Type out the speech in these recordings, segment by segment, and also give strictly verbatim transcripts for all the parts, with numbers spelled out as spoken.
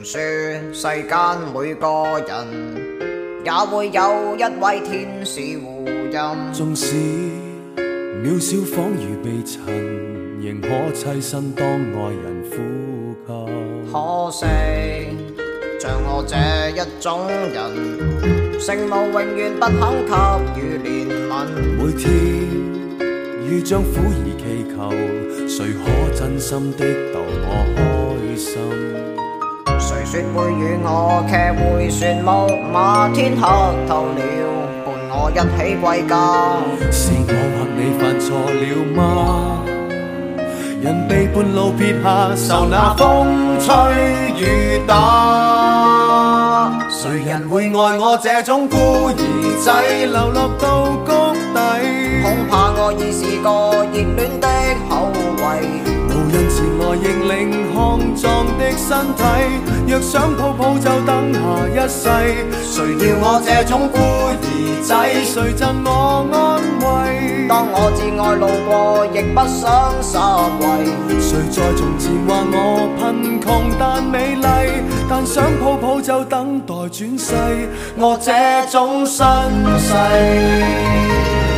說世間每個人也會有一位天使護蔭， 縱使渺小仿如被塵，仍可棲身當愛人呼吸。 可惜像我這一種人，聖母永遠不肯給予憐憫。 每天如將苦兒祈求，誰可真心的逗我開心？ 誰說會與我騎回旋木馬，天黑透了，伴我一起歸家。 是我或你犯錯了嗎？人被半路撇下，受那風吹雨打。誰人會愛我這種孤兒仔，流落到谷底？ 恐怕我已是個熱戀的後遺。 無人前來認領康壯的身體，若想抱抱就等下一世。誰要我這種孤兒仔？誰贈我安慰？ 當我至愛路過，亦不想失位。 誰在從前話我貧窮但美麗，但想抱抱就等待轉世。我這種身世。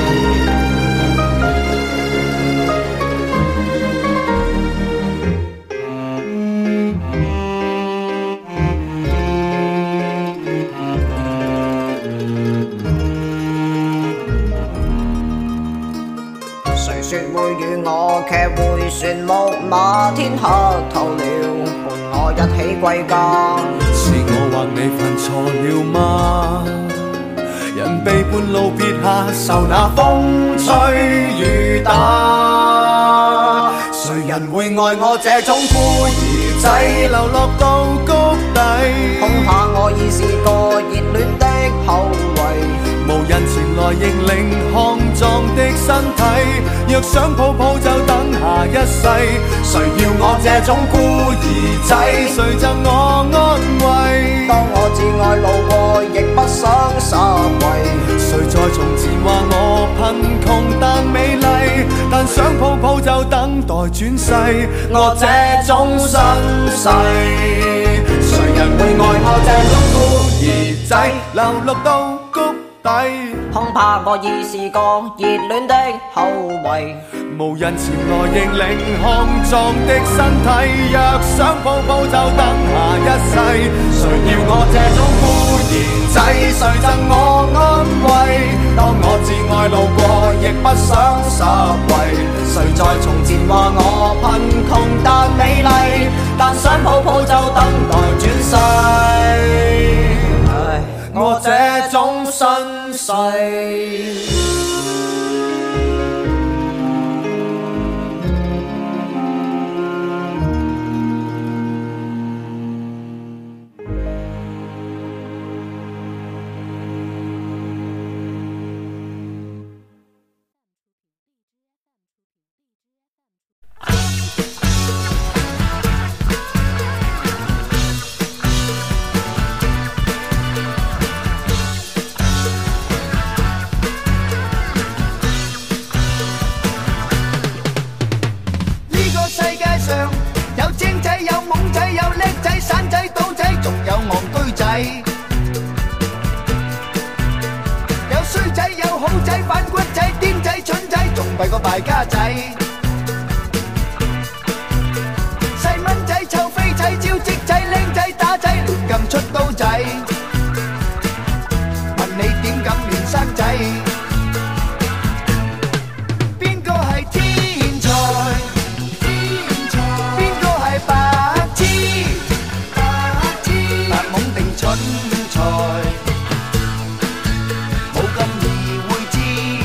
說會與我騎回旋木馬，天黑透了，伴我一起歸家。 是我或你犯錯了嗎？人被半路撇下，受那風吹雨打。誰人會愛我這種孤兒仔，流落到谷底？ 恐怕我已是個熱戀的後遺。 無人前來認領康壯的身體，若想抱抱就等下一世。誰要我這種孤兒仔？誰贈我安慰？ 當我至愛路過，亦不想失位。 誰在從前話我貧窮但美麗，但想抱抱就等待轉世。我這種身世，誰人會愛我這種孤兒仔？流落到谷底， 恐怕我已是個熱戀的後遺。 無人前來認領康壯的身體，若想抱抱就等下一世。誰要我這種孤兒仔？誰贈我安慰？當我至愛路過，亦不想失位。誰在從前話我貧窮但美麗，但想抱抱就等待轉世。 唉， 我這種身世。 為個敗家仔，細蚊仔、臭飛仔、招積仔、靚仔打仔，亂咁出刀仔。問你點敢亂生仔？邊個係天才？天才。邊個係白痴？白痴。白懵定蠢材？冇咁易會知。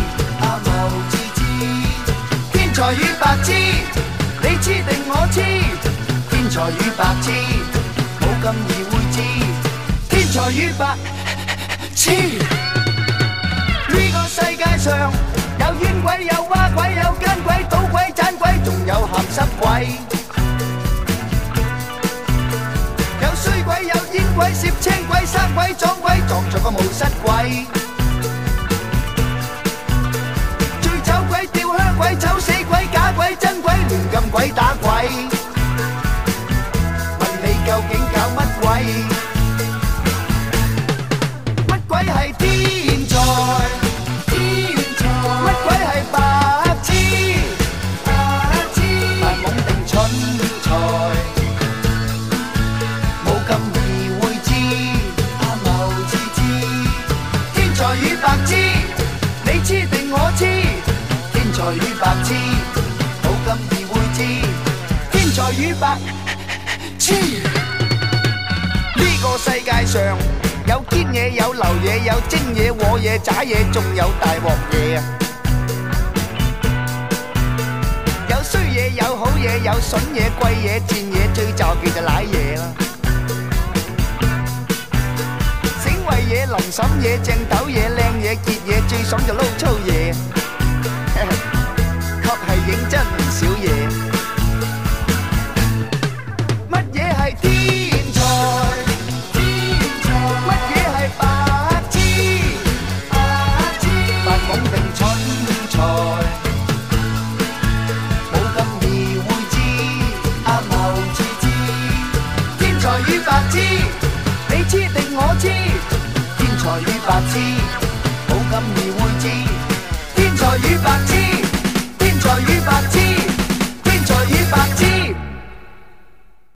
天才與白痴，你知定我知？天才與白痴，冇咁易會知。天才與白痴，呢個世界上有冤鬼、有蛙鬼、有奸鬼、賭鬼、盞鬼，仲有鹹濕鬼。有衰鬼、有煙鬼、攝青鬼、生鬼、撞鬼，撞著個冇失鬼。鬼走死鬼假鬼真鬼亂咁鬼打鬼，問你究竟搞乜鬼？ 才與白痴。呢個世界上有堅嘢，有流嘢，有精嘢、和嘢、渣嘢，仲有大鑊嘢啊！有衰嘢，有好嘢，有筍嘢、貴嘢、賤嘢，最就叫就賴嘢啦。醒胃嘢、淋嬸嘢、正斗嘢、靚嘢、傑嘢，最爽就撈粗嘢，確係認真唔少嘢。乜嘢係天才？乜嘢係白痴？白懵定蠢材，冇咁易會知，啱後至知。天才與白痴，你知定我知？天才與白痴。